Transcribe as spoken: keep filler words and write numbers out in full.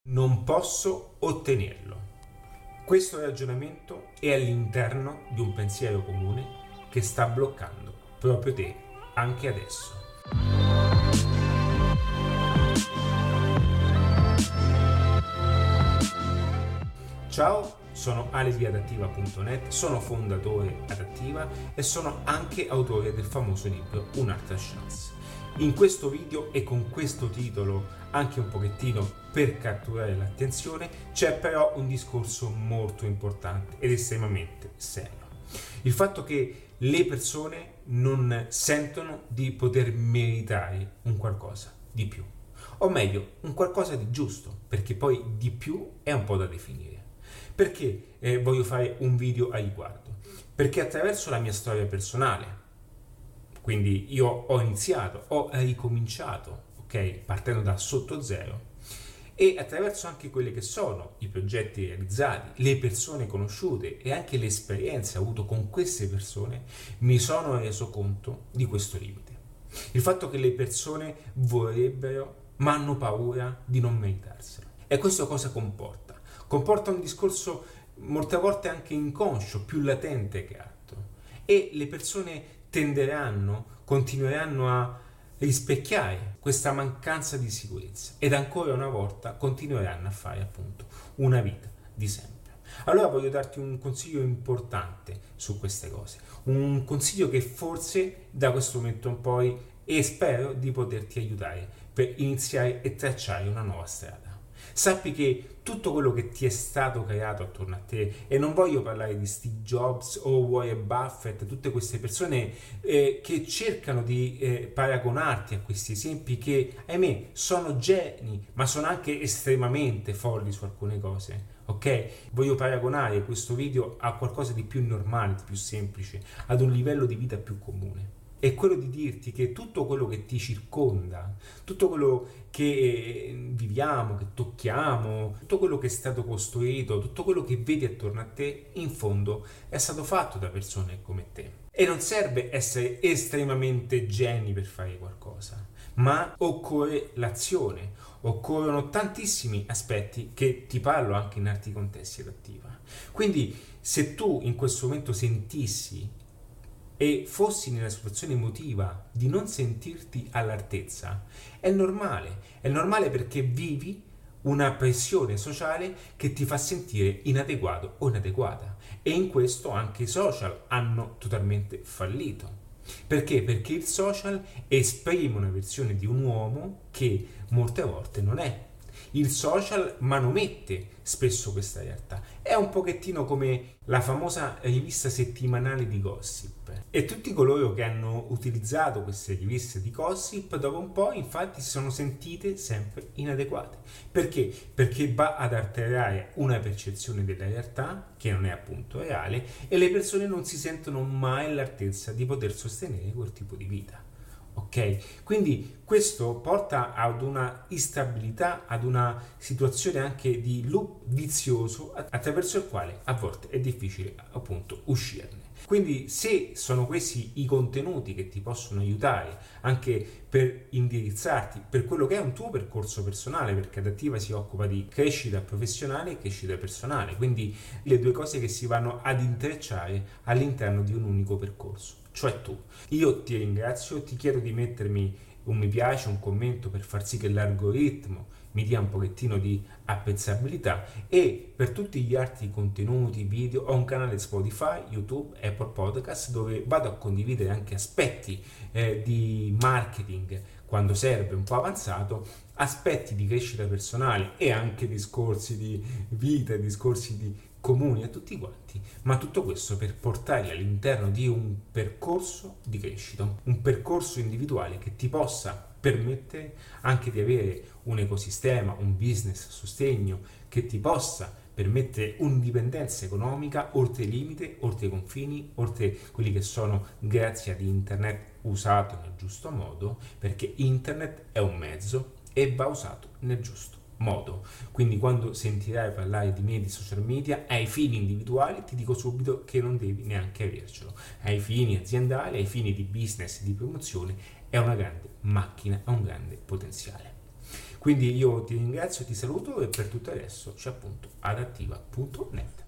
Non posso ottenerlo. Questo ragionamento è all'interno di un pensiero comune che sta bloccando proprio te anche adesso. Ciao, sono Ale di adattiva punto net, sono fondatore Adattiva e sono anche autore del famoso libro Un'altra chance. In questo video e con questo titolo anche un pochettino per catturare l'attenzione c'è però un discorso molto importante ed estremamente serio. Il fatto che le persone non sentono di poter meritare un qualcosa di più, o meglio un qualcosa di giusto, perché poi di più è un po' da definire. Perché eh, voglio fare un video a riguardo? Perché attraverso la mia storia personale, quindi io ho iniziato, ho ricominciato, ok, partendo da sotto zero, e attraverso anche quelli che sono i progetti realizzati, le persone conosciute e anche le esperienze avuto con queste persone, mi sono reso conto di questo limite. Il fatto che le persone vorrebbero, ma hanno paura di non meritarselo. E questo cosa comporta? Comporta un discorso molte volte anche inconscio, più latente che altro. E le persone tenderanno, continueranno a rispecchiare questa mancanza di sicurezza ed ancora una volta continueranno a fare appunto una vita di sempre. Allora voglio darti un consiglio importante su queste cose, un consiglio che forse da questo momento in poi e spero di poterti aiutare per iniziare e tracciare una nuova strada. Sappi che tutto quello che ti è stato creato attorno a te, e non voglio parlare di Steve Jobs o Warren Buffett, tutte queste persone eh, che cercano di eh, paragonarti a questi esempi che, ahimè, sono geni, ma sono anche estremamente folli su alcune cose, ok? Voglio paragonare questo video a qualcosa di più normale, di più semplice, ad un livello di vita più comune. È quello di dirti che tutto quello che ti circonda, tutto quello che viviamo, che tocchiamo, tutto quello che è stato costruito, tutto quello che vedi attorno a te, in fondo è stato fatto da persone come te. E non serve essere estremamente geni per fare qualcosa, ma occorre l'azione, occorrono tantissimi aspetti che ti parlo anche in altri contesti adattiva. Quindi se tu in questo momento sentissi e fossi nella situazione emotiva di non sentirti all'altezza, è normale, è normale perché vivi una pressione sociale che ti fa sentire inadeguato o inadeguata, e in questo anche i social hanno totalmente fallito. Perché? Perché il social esprime una versione di un uomo che molte volte non è. Il social manomette spesso questa realtà. È un pochettino come la famosa rivista settimanale di gossip. E tutti coloro che hanno utilizzato queste riviste di gossip, dopo un po', infatti, si sono sentite sempre inadeguate. Perché? Perché va ad alterare una percezione della realtà, che non è appunto reale, e le persone non si sentono mai all'altezza di poter sostenere quel tipo di vita. Ok? Quindi questo porta ad una instabilità, ad una situazione anche di loop vizioso attraverso il quale a volte è difficile appunto uscirne. Quindi se sono questi i contenuti che ti possono aiutare anche per indirizzarti per quello che è un tuo percorso personale, perché Adattiva si occupa di crescita professionale e crescita personale, quindi le due cose che si vanno ad intrecciare all'interno di un unico percorso, cioè tu. Io ti ringrazio, ti chiedo di mettermi un mi piace, un commento per far sì che l'algoritmo mi dia un pochettino di apprezzabilità, e per tutti gli altri contenuti video ho un canale Spotify, YouTube, Apple Podcast, dove vado a condividere anche aspetti eh, di marketing quando serve, un po' avanzato, aspetti di crescita personale e anche discorsi di vita, discorsi di comuni a tutti quanti, ma tutto questo per portarli all'interno di un percorso di crescita, un percorso individuale che ti possa permettere anche di avere un ecosistema, un business a sostegno che ti possa permettere un'indipendenza economica oltre i limiti, oltre i confini, oltre quelli che sono grazie ad internet usato nel giusto modo, perché internet è un mezzo e va usato nel giusto modo. Quindi quando sentirai parlare di me di social media ai fini individuali, ti dico subito che non devi neanche avercelo. Ai fini aziendali, ai fini di business e di promozione è una grande macchina, ha un grande potenziale. Quindi io ti ringrazio, ti saluto e per tutto adesso c'è appunto adattiva punto net.